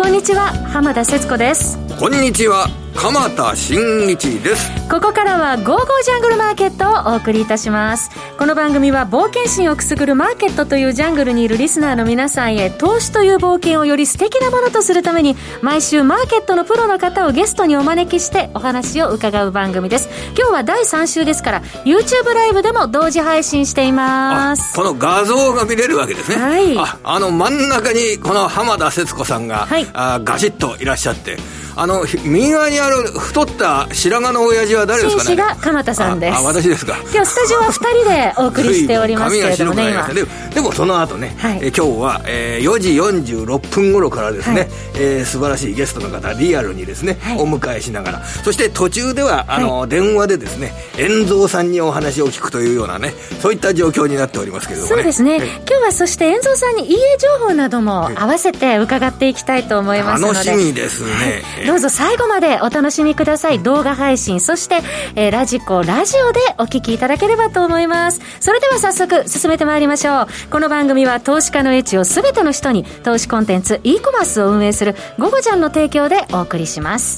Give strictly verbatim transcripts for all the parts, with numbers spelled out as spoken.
んにちは、浜田節子です。 こんにちは、鎌田新一です。 ここからはゴーゴージャングルマーケットをお送りいたします。この番組は冒険心をくすぐるマーケットというジャングルにいるリスナーの皆さんへ、投資という冒険をより素敵なものとするために、毎週マーケットのプロの方をゲストにお招きしてお話を伺う番組です。今日はだいさん週ですから YouTube ライブでも同時配信しています。 この画像が見れるわけですね。 はい、 あ, あの真ん中にこの浜田節子さんが、 はい、 あガシッといらっしゃって、あの右側にある太った白髪の親父は誰ですかね。 紳士が鎌田さんです。 ああ、私ですか。 今日スタジオはふたりでお送りしておりますけれどもね。 今で, でもその後ね、はい、え今日は、えー、よじよんじゅうろっぷん頃からですね、はい、えー、素晴らしいゲストの方リアルにですね、はい、お迎えしながら、そして途中ではあの、はい、電話でですね遠蔵さんにお話を聞くというようなね、そういった状況になっておりますけれどもね。 そうですね、はい、今日はそして遠蔵さんに イーエー 情報なども合わせて伺っていきたいと思いますので、 楽しみですね、 はい、どうぞ最後までお楽しみください。動画配信、そして、えー、ラジコラジオでお聞きいただければと思います。それでは早速進めてまいりましょう。この番組は投資家の英知をすべての人に、投資コンテンツ e コマースを運営するゴゴジャンの提供でお送りします。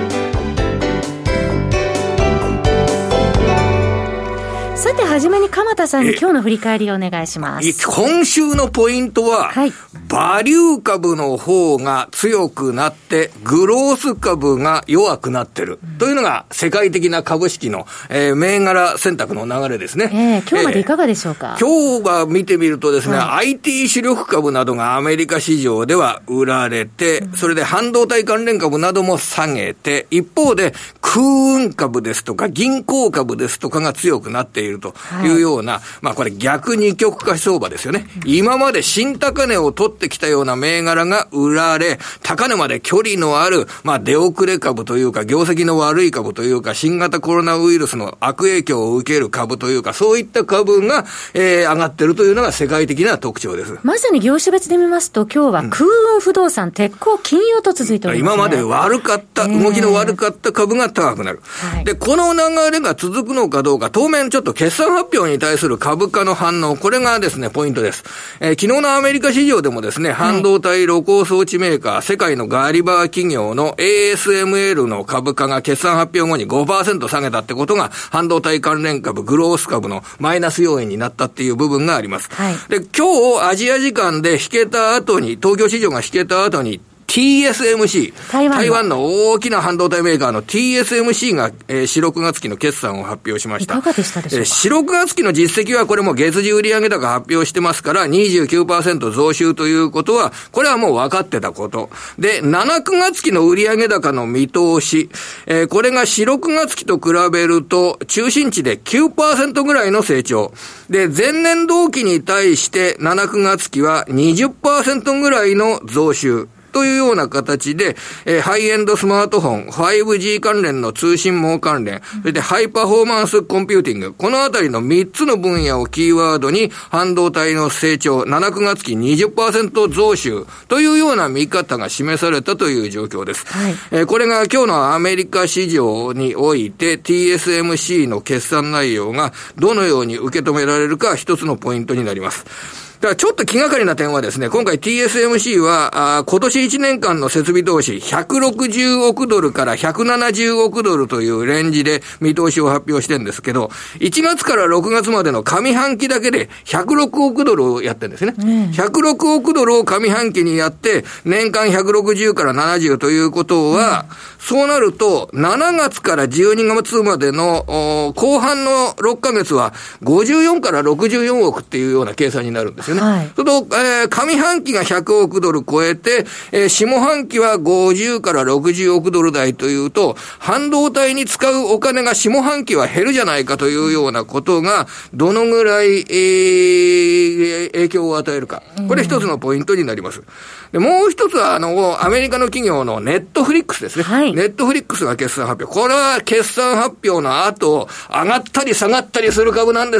さて、はじめに鎌田さんに今日の振り返りをお願いします。 今週のポイントは、はい、バリュー株の方が強くなってグロース株が弱くなってる、うん、というのが世界的な株式の、えー、銘柄選択の流れですね。 えー、今日までいかがでしょうか。 えー、今日は見てみるとですね、はい、アイティー 主力株などがアメリカ市場では売られて、うん、それで半導体関連株なども下げて、一方で空運株ですとか銀行株ですとかが強くなっているというような、はい、まあこれ逆二極化相場ですよね。今まで新高値を取ってきたような銘柄が売られ、高値まで距離のある、まあ出遅れ株というか、業績の悪い株というか、新型コロナウイルスの悪影響を受ける株というか、そういった株が、えー、上がっているというのが世界的な特徴です。 まさに業種別で見ますと、今日は空運不動産、うん、鉄鋼、金融と続いておりますね。 今まで悪かった、動きの悪かった株が高くなる。はい、で、この流れが続くのかどうか、当面ちょっと決算発表に対する株価の反応、これがですね、ポイントです。えー、昨日のアメリカ市場でもですね、半導体露光装置メーカー、世界のガリバー企業の エーエスエムエル の株価が決算発表後に ごパーセント 下げたってことが、半導体関連株、グロース株のマイナス要因になったっていう部分があります。はい、で、今日アジア時間で引けた後に、東京市場が引けた後に、ティーエスエムシー 台湾, 台湾の大きな半導体メーカーの ティーエスエムシー が、えー、四六月期の決算を発表しました。 いかがでしたでしょうか。えー、 四六月期の実績はこれも月次売上高発表してますから にじゅうきゅうパーセント 増収ということは、これはもう分かってたこと。で、なな、くがつ期の売上高の見通し、えー、これが四六月期と比べると中心値で きゅうパーセント ぐらいの成長。で、前年同期に対してなな、くがつ期は にじゅっパーセント ぐらいの増収。というような形で、えー、ハイエンドスマートフォン、ファイブジー 関連の通信網関連、それでハイパフォーマンスコンピューティング、このあたりのみっつの分野をキーワードに、半導体の成長、なな、くがつ期 にじゅっパーセント 増収というような見方が示されたという状況です。はい、えー、これが今日のアメリカ市場において ティーエスエムシー の決算内容がどのように受け止められるか一つのポイントになります。だからちょっと気がかりな点はですね、今回 ティーエスエムシー は、あ今年いちねんかんの設備投資ひゃくろくじゅうおくドルからひゃくななじゅうおくドルというレンジで見通しを発表してるんですけど、いちがつからろくがつまでの上半期だけでひゃくろくおくドルをやってるんですね。うん、ひゃくろくおくドルを上半期にやって、年間ひゃくろくじゅうからななじゅうということは、うん、そうなると、しちがつからじゅうにがつまでの後半のろっかげつはごじゅうよんからろくじゅうよんおくっていうような計算になるんですよね。はい、それと、えー、上半期がひゃくおくドル超えて、えー、下半期はごじゅうからろくじゅうおくドル台というと、半導体に使うお金が下半期は減るじゃないかというようなことが、どのぐらい、えー、影響を与えるか。これ一つのポイントになります。で、もう一つは、あの、アメリカの企業のネットフリックスですね。はい、ネットフリックスが決算発表。これは決算発表の後、上がったり下がったりする株なんですよ。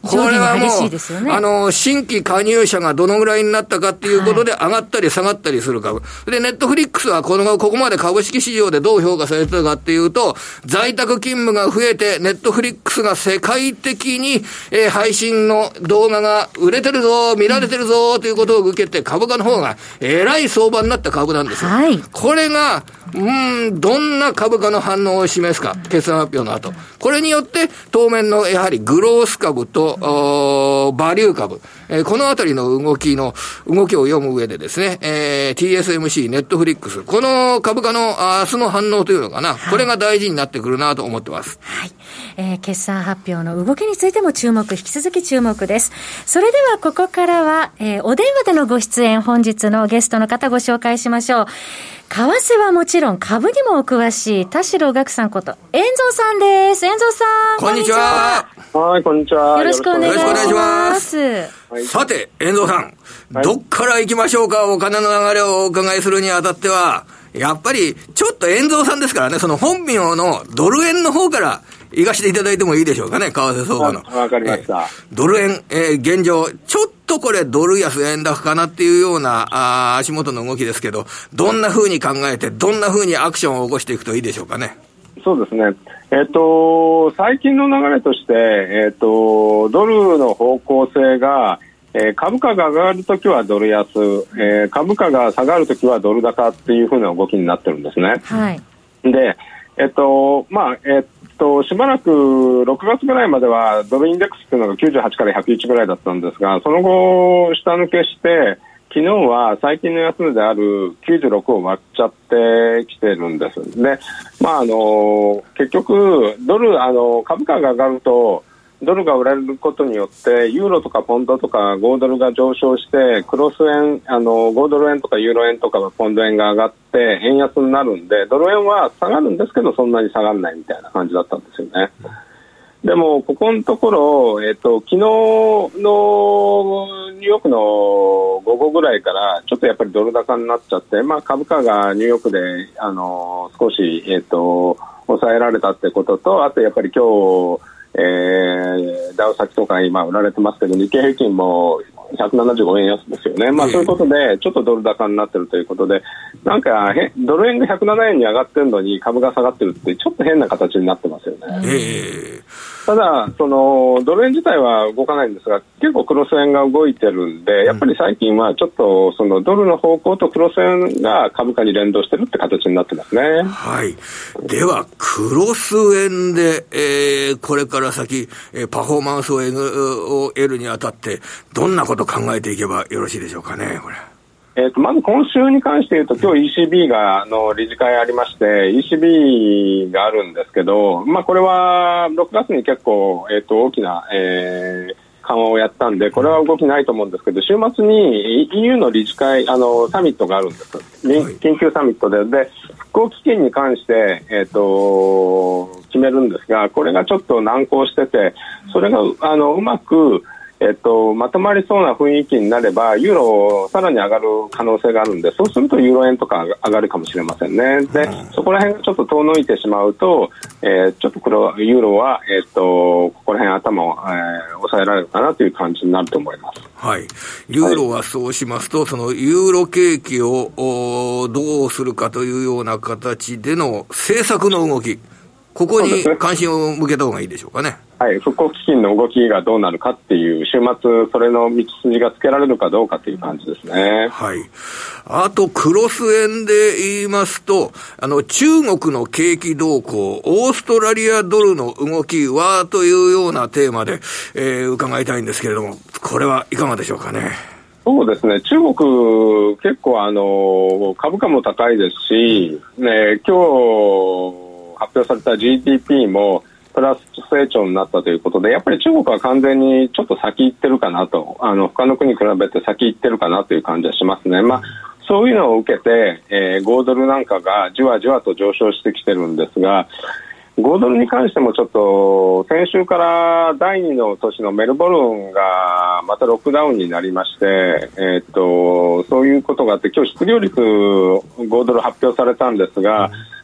これはもう、ね、あの、新規加入者がどのぐらいになったかっていうことで上がったり下がったりする株。はい、で、ネットフリックスはこの、ここまで株式市場でどう評価されてたかっていうと、在宅勤務が増えて、ネットフリックスが世界的に、えー、配信の動画が売れてるぞ、見られてるぞ、ということを受けて、株価の方がえらい相場になった株なんですよ。はい、これが、うーん、どんな株価の反応を示すか、決算発表の後。これによって、当面のやはりグロース株と、バリュー株、えー、このあたりの動きの、動きを読む上でですね、えー、ティーエスエムシー、ネットフリックス、この株価の明日の反応というのかな、はい、これが大事になってくるなと思ってます。 はい。えー、決算発表の動きについても注目、引き続き注目です。それではここからは、えー、お電話でのご出演、本日のゲストの方ご紹介しましょう。為替はもちろん株にもお詳しい田代岳さんこと遠蔵さんです。遠蔵さん、 こんにちは。 はい、こんにちは。 よろしくお願いします。 はい、さて、遠蔵さん、はい、どっから行きましょうか。お金の流れをお伺いするにあたっては、やっぱりちょっと遠蔵さんですからね、その本名のドル円の方から行かせていただいてもいいでしょうかね、為替相場の。 わかりました。 えー、ドル円、えー、現状、ちょっとこれドル安円高かなっていうようなあ足元の動きですけど、どんな風に考えて、どんな風にアクションを起こしていくといいでしょうかね。 そうですね。えっと、最近の流れとして、えっと、ドルの方向性が、えー、株価が上がるときはドル安、えー、株価が下がるときはドル高っていう風な動きになってるんですね。 はい。 で、えっと、まあ、えっと、しばらくろくがつぐらいまではドルインデックスっていうのがきゅうじゅうはちからひゃくいちぐらいだったんですが、その後、下抜けして、昨日は最近の安値であるきゅうじゅうろくを割っちゃってきてるんです。で、まあ、あの、結局、ドル、あの、株価が上がると、ドルが売られることによってユーロとかポンドとかごドルが上昇してクロス円、あのごドル円とかユーロ円とかポンド円が上がって円安になるんで、ドル円は下がるんですけどそんなに下がらないみたいな感じだったんですよね。でもここのところ、えっと、昨日のニューヨークの午後ぐらいからちょっとやっぱりドル高になっちゃって、まあ、株価がニューヨークであの少し、えっと、抑えられたってことと、あとやっぱり今日えー、ダウ先とか今売られてますけど、日経平均もひゃくななじゅうごえん安ですよね。まあそういうことでちょっとドル高になってるということで、なんかへドル円がひゃくななえんに上がってるのに株が下がってるってちょっと変な形になってますよね。 えー、 ただそのドル円自体は動かないんですが、結構クロス円が動いてるんで、やっぱり最近はちょっとそのドルの方向とクロス円が株価に連動してるって形になってますね。 はい。ではクロス円で、えー、これから先、えー、パフォーマンスを得るにあたってどんなことを考えていけばよろしいでしょうかね。これえー、とまず今週に関して言うと、今日 イーシービー がの理事会ありまして イーシービー があるんですけど、まあ、これはろくがつに結構、えー、と大きな、えー、緩和をやったんで、これは動きないと思うんですけど、週末に イーユー の理事会あのサミットがあるんです。緊急サミットで、で復興基金に関して、えー、と決めるんですが、これがちょっと難航してて、それがあのうまくえっと、まとまりそうな雰囲気になればユーロさらに上がる可能性があるんで、そうするとユーロ円とか上がるかもしれませんね。でそこら辺がちょっと遠のいてしまうと、えー、ちょっとこれはユーロは、えっと、ここら辺頭を、えー、抑えられるかなという感じになると思います。 はい。ユーロはそうしますと、はい、そのユーロ景気をどうするかというような形での政策の動き、ここに関心を向けた方がいいでしょうかね。 はい、復興基金の動きがどうなるかっていう、週末それの道筋がつけられるかどうかという感じですね。 はい。あとクロス円で言いますと、あの中国の景気動向、オーストラリアドルの動きはというようなテーマで、えー、伺いたいんですけれども、これはいかがでしょうかね。 そうですね、中国結構あの株価も高いですし、ね、今日発表された ジーディーピー もプラス成長になったということで、やっぱり中国は完全にちょっと先行ってるかなと、あの他の国に比べて先行ってるかなという感じはしますね。まあ、そういうのを受けて、えー、ごドルなんかがじわじわと上昇してきてるんですが、ごドルに関してもちょっと先週からだいにの都市のメルボルンがまたロックダウンになりまして、えー、っとそういうことがあって、今日失業率ごドル発表されたんですが、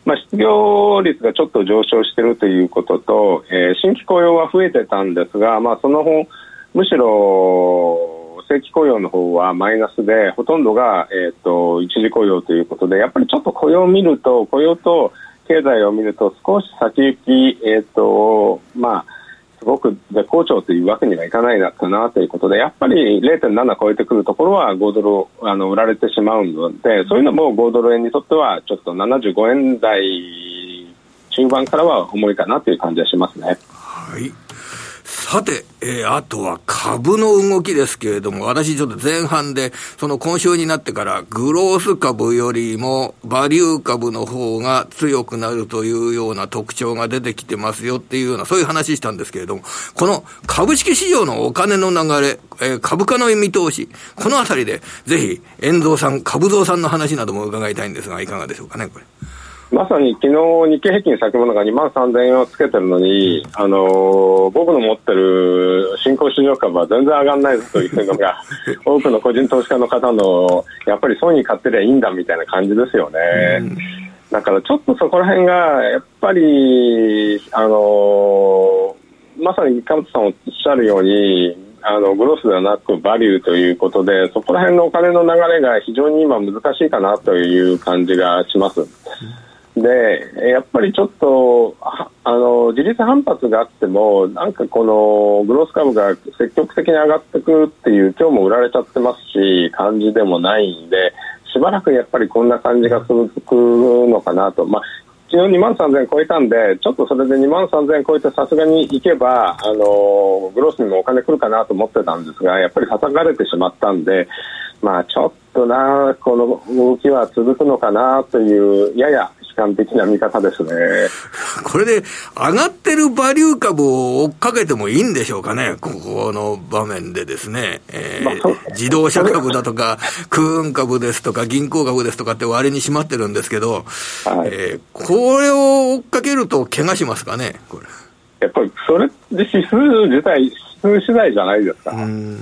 まあ、失業率がちょっと上昇しているということと、えー、新規雇用は増えてたんですが、まあ、その方むしろ正規雇用の方はマイナスで、ほとんどが、えー、と一時雇用ということで、やっぱりちょっと雇用を見ると、雇用と経済を見ると少し先行き、えーとまあ、すごく絶好調というわけにはいかないのかなということで、やっぱり ゼロてんなな 超えてくるところはごドルあの売られてしまうので、そういうのもごドル円にとってはちょっとななじゅうごえん台中盤からは重いかなという感じはしますね。 はい。さて、えー、あとは株の動きですけれども、私ちょっと前半で、その今週になってからグロース株よりもバリュー株の方が強くなるというような特徴が出てきてますよっていうような、そういう話したんですけれども、この株式市場のお金の流れ、えー、株価の見通し、このあたりでぜひ遠蔵さん、株蔵さんの話なども伺いたいんですが、いかがでしょうかね、これ。 まさに昨日日経平均先物がにまんさんぜんえんをつけてるのに、あのー、僕の持ってる新興市場株は全然上がんないぞというのが多くの個人投資家の方のやっぱり損に買ってりゃいいんだみたいな感じですよね。だからちょっとそこら辺がやっぱりあのー、まさに鎌田さんおっしゃるようにあのグロースではなくバリューということで、そこら辺のお金の流れが非常に今難しいかなという感じがします。でやっぱりちょっとあの自立反発があってもなんかこのグロース株が積極的に上がってくるっていう今日も売られちゃってますし感じでもないんで、しばらくやっぱりこんな感じが続くのかなと。まあ昨日にまんさんぜんえん超えたんで、ちょっとそれでにまんさんぜんえん超えてさすがに行けばあのグロースにもお金来るかなと思ってたんですが、やっぱり叩かれてしまったんで、まあちょっとなこの動きは続くのかなというやや悲観的な見方ですね。 これで上がってるバリュー株を追っかけてもいいんでしょうかね、ここの場面でですね、えーまあ、自動車株だとか空運株ですとか銀行株ですとかって割に締まってるんですけど、はいえー、これを追っかけると怪我しますかね。これやっぱりそれで指数自体指数次第じゃないですか。うん、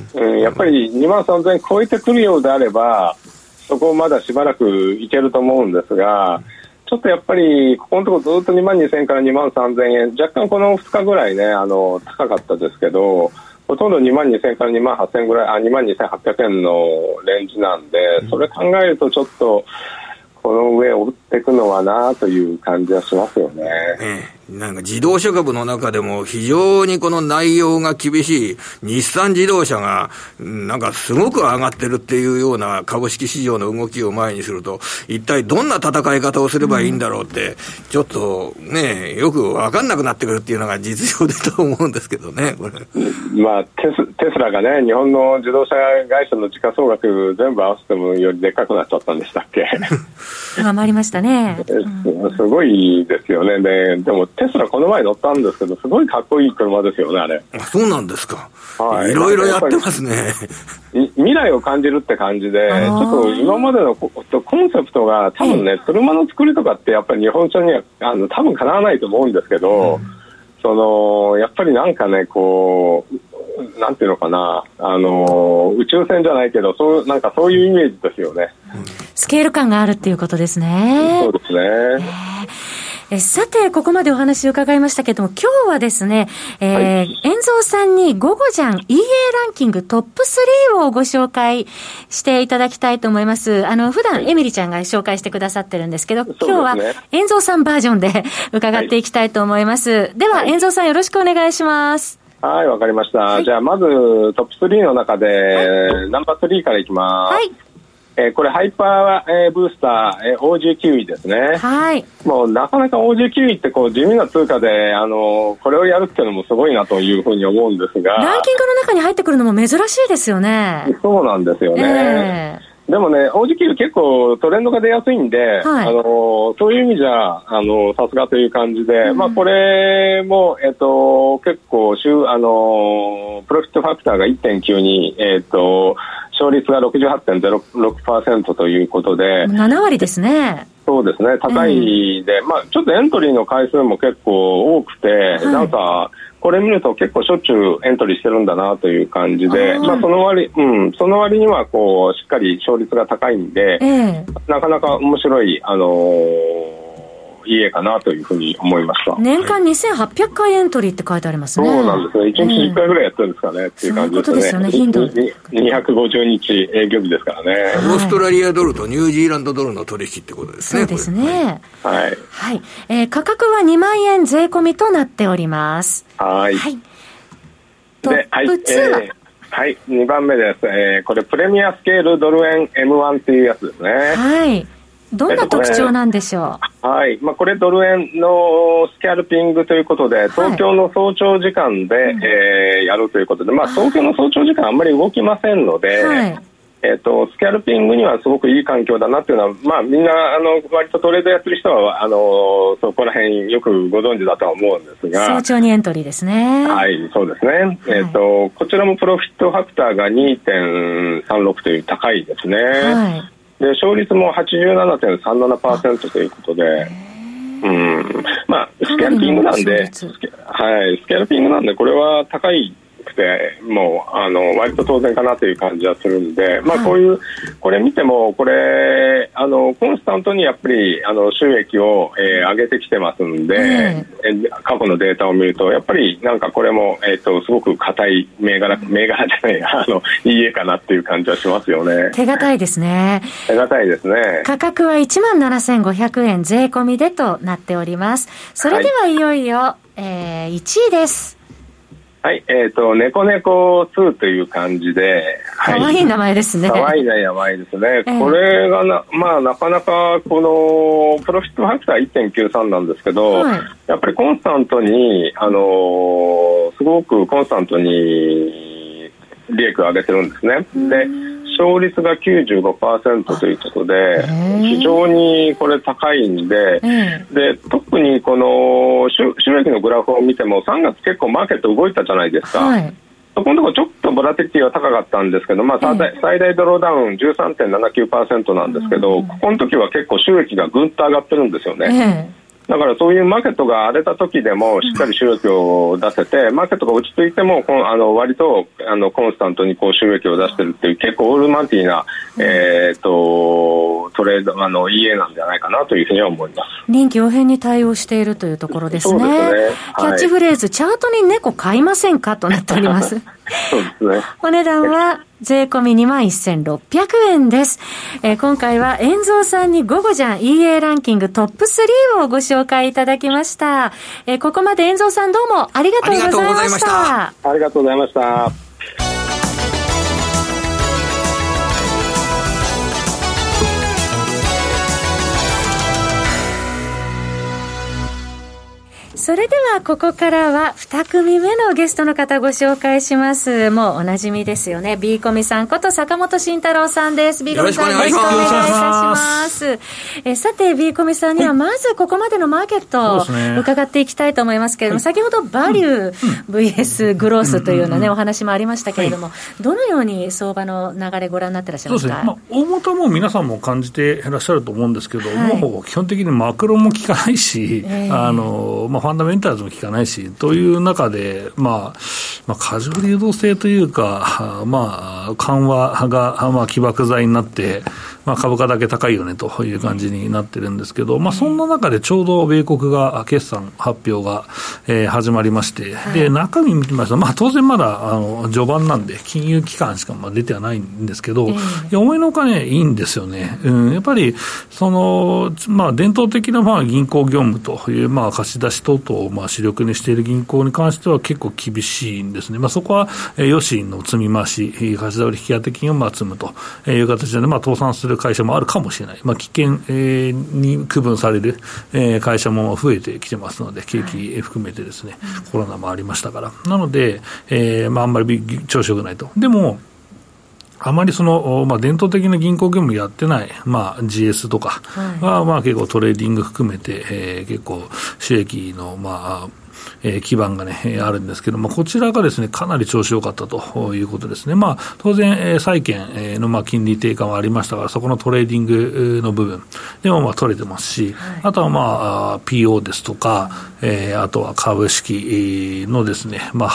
うん、やっぱりにまんさんぜんえん超えてくるようであればそこをまだしばらくいけると思うんですが、ちょっとやっぱりここのところずっとにまんにせんえんからにまんさんぜんえん、若干このふつかぐらいねあの高かったですけど、ほとんどにまんにせんえんからにまんはっせんえんぐらい、あにまんにせんはっぴゃくえんのレンジなんで、それ考えるとちょっとこの上を打っていくのはなという感じはしますよね。 ええ、なんか自動車株の中でも非常にこの内容が厳しい日産自動車がなんかすごく上がってるっていうような株式市場の動きを前にすると、一体どんな戦い方をすればいいんだろうってちょっとねよく分かんなくなってくるっていうのが実情でと思うんですけどね。これまあテス、テスラがね日本の自動車会社の時価総額全部合わせてもよりでっかくなっちゃったんでしたっけ上がりましたね、 うん、すごいですよね。で、でもテスラこの前乗ったんですけどすごいかっこいい車ですよねあれ。 あ、そうなんですか。 はい、 いろいろやってますね。 未来を感じるって感じで、ちょっと今までのコンセプトが多分ね、はい、車の作りとかってやっぱり日本車にはあの多分かなわないと思うんですけど、うん、そのやっぱりなんかねこうなんていうのかな、あの宇宙船じゃないけどそうなんかそういうイメージですよね、 うん、スケール感があるっていうことですね。 そうですね。 えさてここまでお話を伺いましたけども、今日はですね、えーはい、遠蔵さんにゴゴジャン イーエー ランキングトップスリーをご紹介していただきたいと思います。あの普段エミリちゃんが紹介してくださってるんですけど、はい、今日は遠蔵さんバージョンで伺っていきたいと思います、はい、では遠蔵さんよろしくお願いします。 はい、わかりました、はい、じゃあまずトップスリーの中で、はい、ナンバースリーからいきます。はい、えー、これハイパー、えー、ブースター、えー、オージーキューイー ですね。 はい。 もうなかなか オージーキューイー ってこう地味な通貨で、あのー、これをやるっていうのもすごいなというふうに思うんですが、 ランキングの中に入ってくるのも珍しいですよね。 そうなんですよね。えーでもね、オージーキューイー 結構トレンドが出やすいんで、はい、あのそういう意味じゃあのさすがという感じで、うん、まあこれもえっと結構週あのプロフィットファクターが いってんきゅうに、えっと勝率が ろくじゅうはちてんゼロろくパーセント ということで、 なな割ですね。 そうですね、高いで、うん、まあちょっとエントリーの回数も結構多くて、はい、なんかこれ見ると結構しょっちゅうエントリーしてるんだなという感じで、あまあその割、うん、その割にはこうしっかり勝率が高いんで、えー、なかなか面白いあのー、 いい絵かなというふうに思いました。 年間にせんはっぴゃっかいエントリーって書いてありますね。 そうなんですね。いちにちいっかいぐらいやってるんですかね、えー、っていう感じですね。そういうことですよね。頻度にひゃくごじゅうにち営業日ですからね、はい、 オーストラリアドルとニュージーランドドルの取引ってことですね。 そうですね。 はい、 はいえー、価格はにまんえん税込みとなっております。 はい、 はい、 トップツーは、はいえーはい、にばんめです、えー、これプレミアスケールドル円 エムワン っていうやつですね。 はい、どんな特徴なんでしょう。はいまあ、これドル円のスキャルピングということで、東京の早朝時間で、はいえー、やるということで、まあ、東京の早朝時間あんまり動きませんので、はいえー、とスキャルピングにはすごくいい環境だなっていうのは、まあ、みんなあの割とトレードやってる人はあのそこら辺よくご存知だとは思うんですが、 早朝にエントリーですね。 はいそうですね、はいえー、とこちらもプロフィットファクターが にてんさんろく という高いですね、はいで勝率も はちじゅうななてんさんななパーセント ということで、うんまあ、スキャルピングなんで、スキャルピングなんでこれは高いくてもうあの割と当然かなという感じはするんで、まあ、こういうこれ見てもこれあのコンスタントにやっぱりあの収益を、えー、上げてきてますんで、えー、過去のデータを見るとやっぱりなんかこれも、えー、とすごく硬い銘柄銘柄じゃないあのいい絵かなっていう感じはしますよね。 手堅いですね。 手堅いですね。 価格はいちまんななせんごひゃくえん税込みでとなっております。それではいよいよ、はいえー、いちいです。 はい、えっ、ー、と、猫猫ツーという感じで。 かわいい名前ですね。 かわいい名前ですね。えー、これがな、まあ、なかなか、この、プロフィットファクター いってんきゅうさん なんですけど、はい、やっぱりコンスタントに、あのー、すごくコンスタントに利益を上げてるんですね。で、勝率が きゅうじゅうごパーセント ということで非常にこれ高いんで、で特にこの収益のグラフを見てもさんがつ結構マーケット動いたじゃないですか、はい、そこのところちょっとボラティリティは高かったんですけど、まあ、最大、最大ドローダウン じゅうさんてんななきゅうパーセント なんですけど、ここの時は結構収益がぐんと上がってるんですよね、だからそういうマーケットが荒れた時でもしっかり収益を出せて、マーケットが落ち着いてもあの割とあのコンスタントにこう収益を出してるっていう結構オールマンティーな、えー、とトレードあの イーエー なんじゃないかなというふうには思います。 臨機応変に対応しているというところですね。 そうですね、はい、 キャッチフレーズチャートに猫買いませんかとなっておりますそうですね。 お値段は税込み にまんせんろっぴゃくえんです。えー、今回は遠蔵さんにゴゴジャン イーエー ランキングトップスリーをご紹介いただきました。えー、ここまで遠蔵さんどうもありがとうございました。 ありがとうございました。 それではここからはに組目のゲストの方ご紹介します。もうおなじみですよね。ビーコミさんこと坂本慎太郎さんです。ビーコミさんよろしくお願いいたします。えさてビーコミさんにはまずここまでのマーケットを伺っていきたいと思いますけれども、はい、先ほどバリュー ブイエス グロースというような、ね、お話もありましたけれども、はい、どのように相場の流れご覧になってらっしゃいますか。 そうですね、まあ、大元も皆さんも感じていらっしゃると思うんですけど、はい、もう基本的にマクロも効かないし、えーあのまあ、ファンダメンタルズも効かないしという中で、まあまあ、過剰流動性というか、まあ、緩和が、まあ、起爆剤になって、まあ、株価だけ高いよねという感じになってるんですけど、まあ、そんな中でちょうど米国が決算発表が、えー、始まりまして、はい、で中身見てみますと、まあ、当然まだあの序盤なんで金融機関しかまあ出てはないんですけど、えー、いや思いのほかねいいんですよね、うん、やっぱりその、まあ、伝統的なまあ銀行業務というまあ貸し出し等々をまあ主力にしている銀行に関しては結構厳しいんですね、まあ、そこは余震の積み増し貸し倒れ引当金をまあ積むという形で、まあ、倒産する会社もあるかもしれない、まあ、危険、えー、に区分される、えー、会社も増えてきてますので、景気含めてですね、はい、コロナもありましたから、なので、えーまあ、あんまり調子よくないと。でもあまりその、まあ、伝統的な銀行業務やってない、まあ、ジーエス とかは、はい、まあ、結構トレーディング含めて、えー、結構収益の、まあえー、基盤が、ね、あるんですけども、こちらがですねかなり調子良かったということですね。まあ、当然、えー、債券の、まあ、金利低下もありましたから、そこのトレーディングの部分でもまあ取れてますし、はい、あとは、まあ、ピーオー ですとか、えー、あとは株式のですね、まあ、発行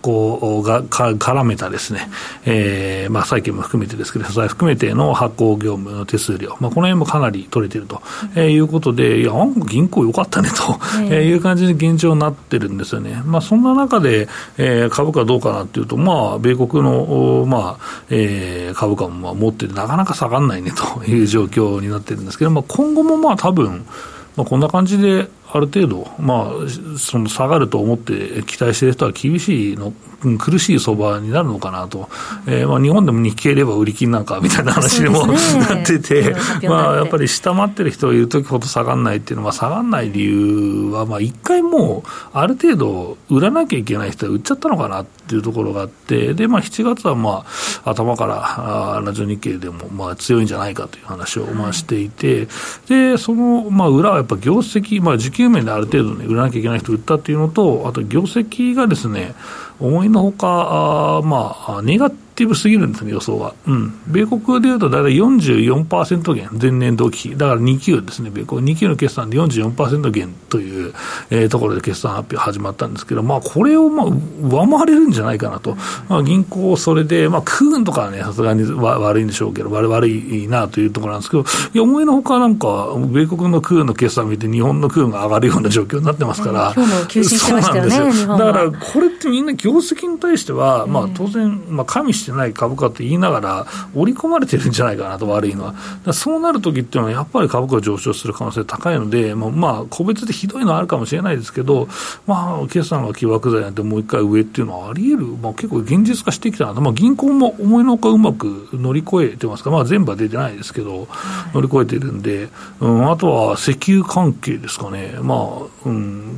行がか絡めたですね、えーまあ、債券も含めてですけど、債含めての発行業務の手数料、まあ、この辺もかなり取れていると、うん、えー、いうことで、いや、銀行良かったねと、えー、いう感じで現状になってるんですよね。まあ、そんな中で、えー、株価どうかなっていうと、まあ、米国の、まあえー、株価もまあ持っててなかなか下がらないねという状況になってるんですけど、まあ、今後もまあ多分、まあ、こんな感じである程度、まあ、その下がると思って期待している人は厳しいの、苦しい相場になるのかなと、うん、えー、まあ、日本でも日経レバー売り金なんかみたいな話にも、ね、なってて、まあ、やっぱり下回ってる人がいるときほど下がらないっていうのは、下がらない理由は、まあ、一回もうある程度売らなきゃいけない人は売っちゃったのかなっていうところがあって、で、まあ、しちがつは、まあ、頭からラジオ日経でも、まあ、強いんじゃないかという話を、まあ、していて、で、その、まあ、裏はやっぱ業績、まあ、時給面である程度、ね、売らなきゃいけない人を売ったっていうのと、あと業績がですね、思いのほか、あまあ、ネガティブすぎるんですね、予想が。うん。米国でいうと、だいたい よんじゅうよんパーセント 減、前年同期比。だからに級ですね、米国。に級の決算で よんじゅうよんパーセント 減という、えー、ところで決算発表始まったんですけど、まあ、これを、まあ、上回れるんじゃないかなと。まあ、銀行、それで、まあ、クーンとかはね、さすがに悪いんでしょうけど、悪、悪いなというところなんですけど、いや、思いのほかなんか、米国のクーンの決算を見て、日本のクーンが上がるような状況になってますから。 今日も急進してましたよね、 そうなんですよ。 日本は。 だから、これってみんな業績に対しては、まあ、当然、まあ、加味してない株価って言いながら織り込まれてるんじゃないかなと、悪いのは。だそうなるときっていうのはやっぱり株価が上昇する可能性高いので、まあ、まあ個別でひどいのはあるかもしれないですけど、まあ、決算が起爆剤なんてもう一回上っていうのはあり得る、まあ、結構現実化してきたなと。まあ、銀行も思いのほかうまく乗り越えてますか、まあ、全部は出てないですけど、乗り越えてるんで、うん、あとは石油関係ですかね、まあうん、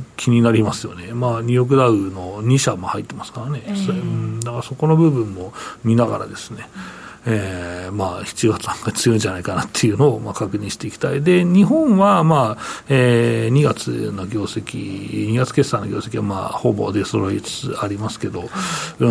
気になりますよね。まあ、ニューヨークダウのに社も入ってますからね、えーうん、だからそこの部分も見ながらですね、えー、まあしちがつなんか強いんじゃないかなっていうのをまあ確認していきたい。で、日本はまあ、えー、にがつの業績、にがつ決算の業績はまあほぼ出揃いつつありますけど、うん、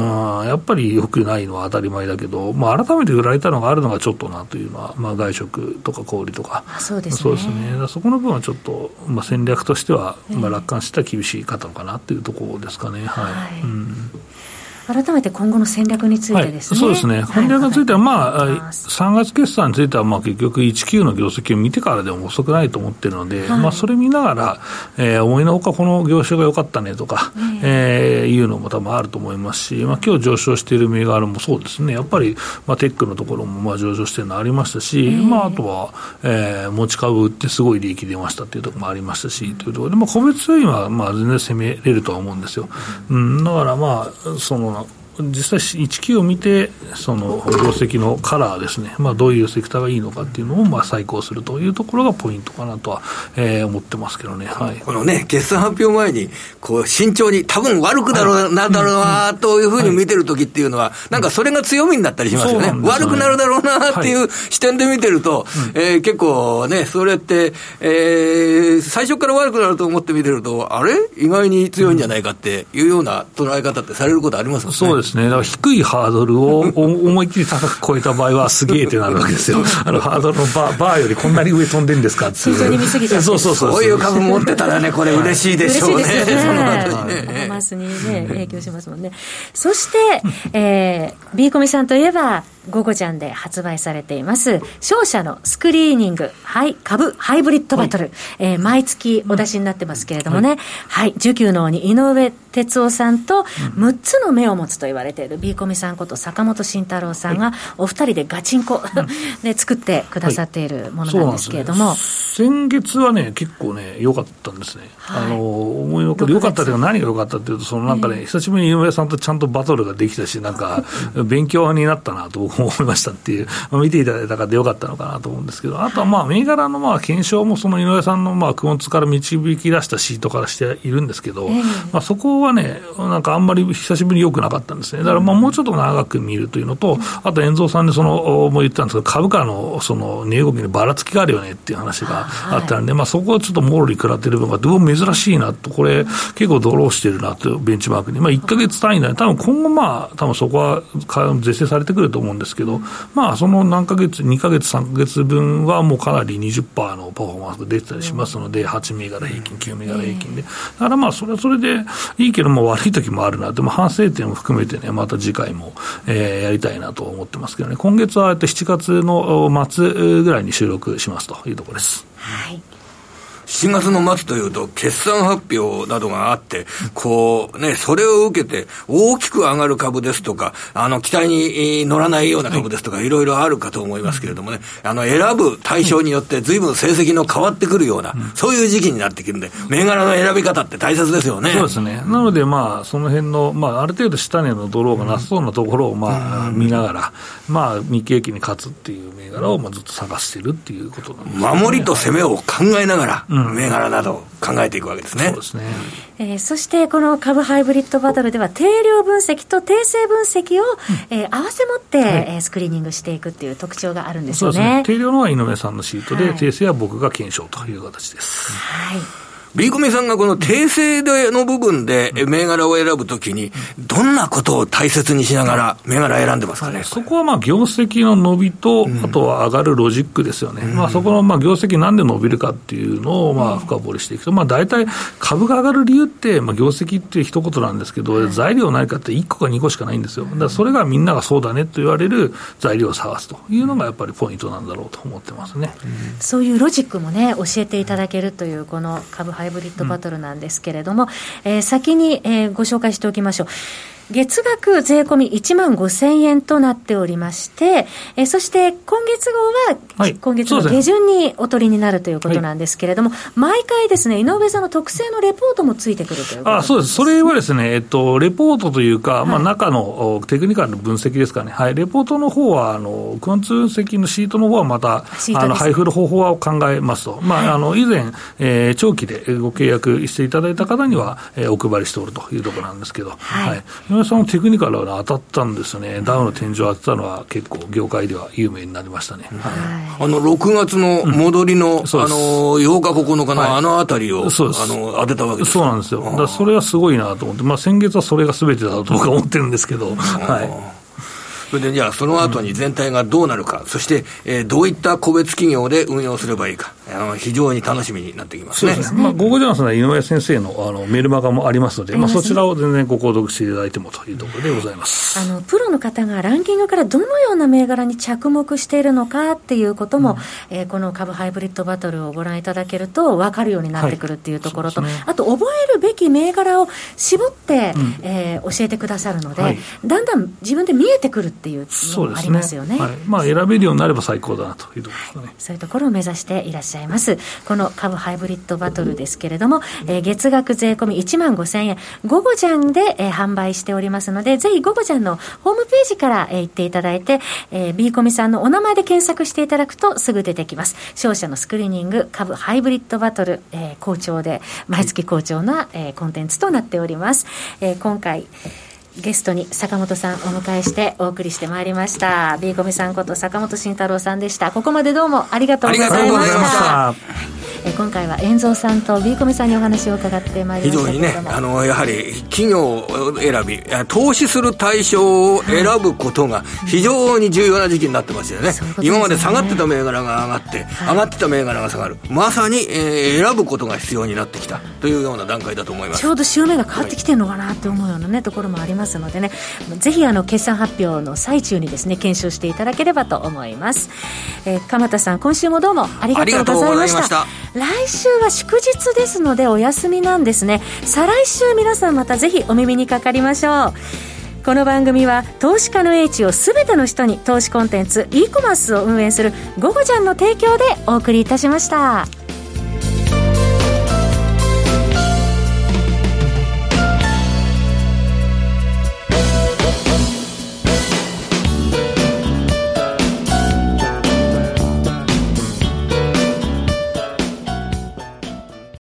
やっぱり良くないのは当たり前だけど、まあ改めて売られたのがあるのがちょっとなというのは、まあ外食とか小売とか、 あ、そうですね。 そうですね。だからそこの部分はちょっとまあ戦略としてはまあ楽観した厳しい方かなっていうところですかね。はい。はい、うん、 改めて今後の戦略についてですね、 はい、そうですね、戦略については、まあ、さんがつ決算については、まあ、結局、いち級の業績を見てからでも遅くないと思っているので、はい、まあ、それ見ながら、えー、思いのほかこの業種が良かったねとか、えーえー、いうのも多分あると思いますし、まあ、今日上昇している銘柄もそうですね、やっぱり、まあ、テックのところもまあ上昇しているのありましたし、えーまあ、あとは、えー、持ち株売ってすごい利益出ましたっていうところもありましたし、というところで、まあ、個別よりはまあ全然攻めれるとは思うんですよ。うん、だからまあ、その、実際いち級を見てその業績のカラーですね、まあ、どういうセクターがいいのかっていうのをまあ再考するというところがポイントかなとは、えー、思ってますけどね、はい、 このね決算発表前にこう慎重に多分悪くなるなだろうなというふうに見てるときっていうのは、はい、なんかそれが強みになったりしますよね。悪くなるだろうなっていう視点で見てると、はい、えー、結構ねそれって、えー、最初から悪くなると思って見てるとあれ意外に強いんじゃないかっていうような捉え方ってされることありますもんね。 そうですね。だから低いハードルを思いっきり高く超えた場合はすげえってなるわけですよ。あのハードルのバー、バーよりこんなに上飛んでるんですかっていう。 慎重に見すぎちゃって。 そうそうそう。 そういう株持ってたらね、これ嬉しいでしょうね。 嬉しいですよね。 その後にね。パフォーマンスにね、影響しますもんね。そして、えー、ビーコミさんといえば、ゴゴジャンで発売されています商社のスクリーニング、はい、株ハイブリッドバトル、はい、えー、毎月お出しになってますけれどもね、はい、はい、需給の王に井上哲夫さんとむっつの目を持つと言われているビーコミさんこと坂本慎太郎さんがお二人でガチンコ、はい、で作ってくださっているものなんですけれども、はい、 先月はね結構ね良かったんですね、はい、あの思いのほか良かったというか何が良かったというとそのなんかね、えー、久しぶりに井上さんとちゃんとバトルができたしなんか勉強になったなと思いましたっていう、まあ、見ていただいた方でよかったのかなと思うんですけど、あとはまあ銘柄のまあ検証もその井上さんのまあクオンツから導き出したシートからしているんですけど、えーまあ、そこはねなんかあんまり久しぶりに良くなかったんですね。だからまあもうちょっと長く見るというのと、あと遠蔵さんでそのもう言ってたんですけど株価のその値動きにばらつきがあるよねっていう話があったんで、はい、まあ、そこはちょっともろに食らってる部分がどうも珍しいなと、これ結構ドローしてるなとベンチマークに、まあ、いっかげつ単位で多分今後まあ多分そこは是正されてくると思うんうんですけど、まあ、その何ヶ月、にかげつ、さんかげつぶんはもうかなり にじゅっパーセント のパフォーマンスが出てたりしますので、はち銘柄平均、きゅう銘柄平均で、だからまあ、それはそれでいいけども、悪い時もあるなって、反省点も含めてね、また次回も、えー、やりたいなと思ってますけどね、今月はしちがつの末ぐらいに収録しますというところです。 はい。 しちがつの末というと決算発表などがあってこうねそれを受けて大きく上がる株ですとかあの期待に乗らないような株ですとかいろいろあるかと思いますけれどもねあの選ぶ対象によって随分成績の変わってくるような、うん、そういう時期になってくるんで銘柄の選び方って大切ですよね。 そうですね。なのでまあその辺の、まあ、ある程度下値のドローがなさそうなところをまあ、うん、見ながらまあ日経平均に勝つっていう銘柄をまあずっと探してるっていうことなんですね。 守りと攻めを考えながら、うん銘柄などを考えていくわけですね。 そうですね。 えー、そしてこの株ハイブリッドバトルでは定量分析と定性分析を、うんえー、合わせ持って、はいえー、スクリーニングしていくっていう特徴があるんですよね。 そうですね。定量のは井上さんのシートで、はい、定性は僕が検証という形です。 はい。 ビーコミさんがこの訂正の部分で銘柄を選ぶときにどんなことを大切にしながら銘柄選んでますかね。はい、 そこはまあ業績の伸びと、あとは上がるロジックですよね。うんまあ、そこのまあ業績なんで伸びるかっていうのをまあ深掘りしていくと、まあ、大体株が上がる理由ってまあ業績っていう一言なんですけど、材料ないかっていっこかにこしかないんですよ。だからそれがみんながそうだねと言われる材料を探すというのがやっぱりポイントなんだろうと思ってますね。 うん、そういうロジックもね教えていただけるというこの株ハイブリッドバトルなんですけれども、うんえー、先に、えー、ご紹介しておきましょう。月額税込みいちまんごせんえんとなっておりまして、えー、そして今月号は、はい、今月の下旬にお取りになるということなんですけれども、はい、毎回ですね井上さんの特製のレポートもついてくるということなんです。 あ、そうです。それはですね、えっと、レポートというか、はいまあ、中のテクニカルの分析ですかね、はい、レポートの方はあのクアンツ分析のシートの方はまたあの配布の方法は考えますと、まあはい、あの以前、えー、長期でご契約していただいた方には、えー、お配りしておるというところなんですけど、はいはいそのテクニカルは当たったんですよね。ダウの天井当てたのは結構業界では有名になりましたね。はいあのろくがつの戻りの、うん、あのようかここのかの、はい、あのあたりをあの当てたわけです。 そうなんですよ。だからそれはすごいなと思って、まあ、先月はそれが全てだと僕は思ってるんですけど、はいそれでじゃあその後に全体がどうなるか、うん、そして、えー、どういった個別企業で運用すればいいか、あの非常に楽しみになってきますね。 そうですね。まあ、ゴーゴージャンスの井上先生 の, あのメールマガもありますので、まあ、そちらを全然ご購読していただいてもというところでございます。 あのプロの方がランキングからどのような銘柄に着目しているのかっていうことも、うんえー、この株ハイブリッドバトルをご覧いただけると分かるようになってくるっていうところと、はいね、あと覚えるべき銘柄を絞って、うんえー、教えてくださるので、はい、だんだん自分で見えてくるっていうのもありますよね。はいまあ、選べるようになれば最高だなというところですかね。はい、 そういうところを目指していらっしゃいます。この株ハイブリッドバトルですけれども、えー、月額税込みいちまんごせんえんゴゴジャンで、えー、販売しておりますので、ぜひゴゴジャンのホームページから、えー、行っていただいて、えー、ビーコミさんのお名前で検索していただくとすぐ出てきます。商社のスクリーニング株ハイブリッドバトル、えー、好調で毎月好調な、えー、コンテンツとなっております。えー、今回ゲストに坂本さんお迎えしてお送りしてまいりました。ビーコミさんこと坂本慎太郎さんでした。ここまでどうもありがとうございました。ありがとうございました。え今回は遠蔵さんとビーコミさんにお話を伺ってまいりましたけれども、 非常にねあのやはり企業選び投資する対象を選ぶことが非常に重要な時期になってますよね。はい、今まで下がってた銘柄が上がって、はい、上がってた銘柄が下がる、まさに、えー、選ぶことが必要になってきたというような段階だと思います。 ちょうど潮目が変わってきてるのかなって思うような、ね、ところもありますのでね、ぜひあの決算発表の最中にですね検証していただければと思います。えー、鎌田さん今週もどうもありがとうございました。来週は祝日ですのでお休みなんですね。再来週皆さんまたぜひお耳にかかりましょう。この番組は投資家の英知をすべての人に投資コンテンツ e コマースを運営するゴゴジャンの提供でお送りいたしました。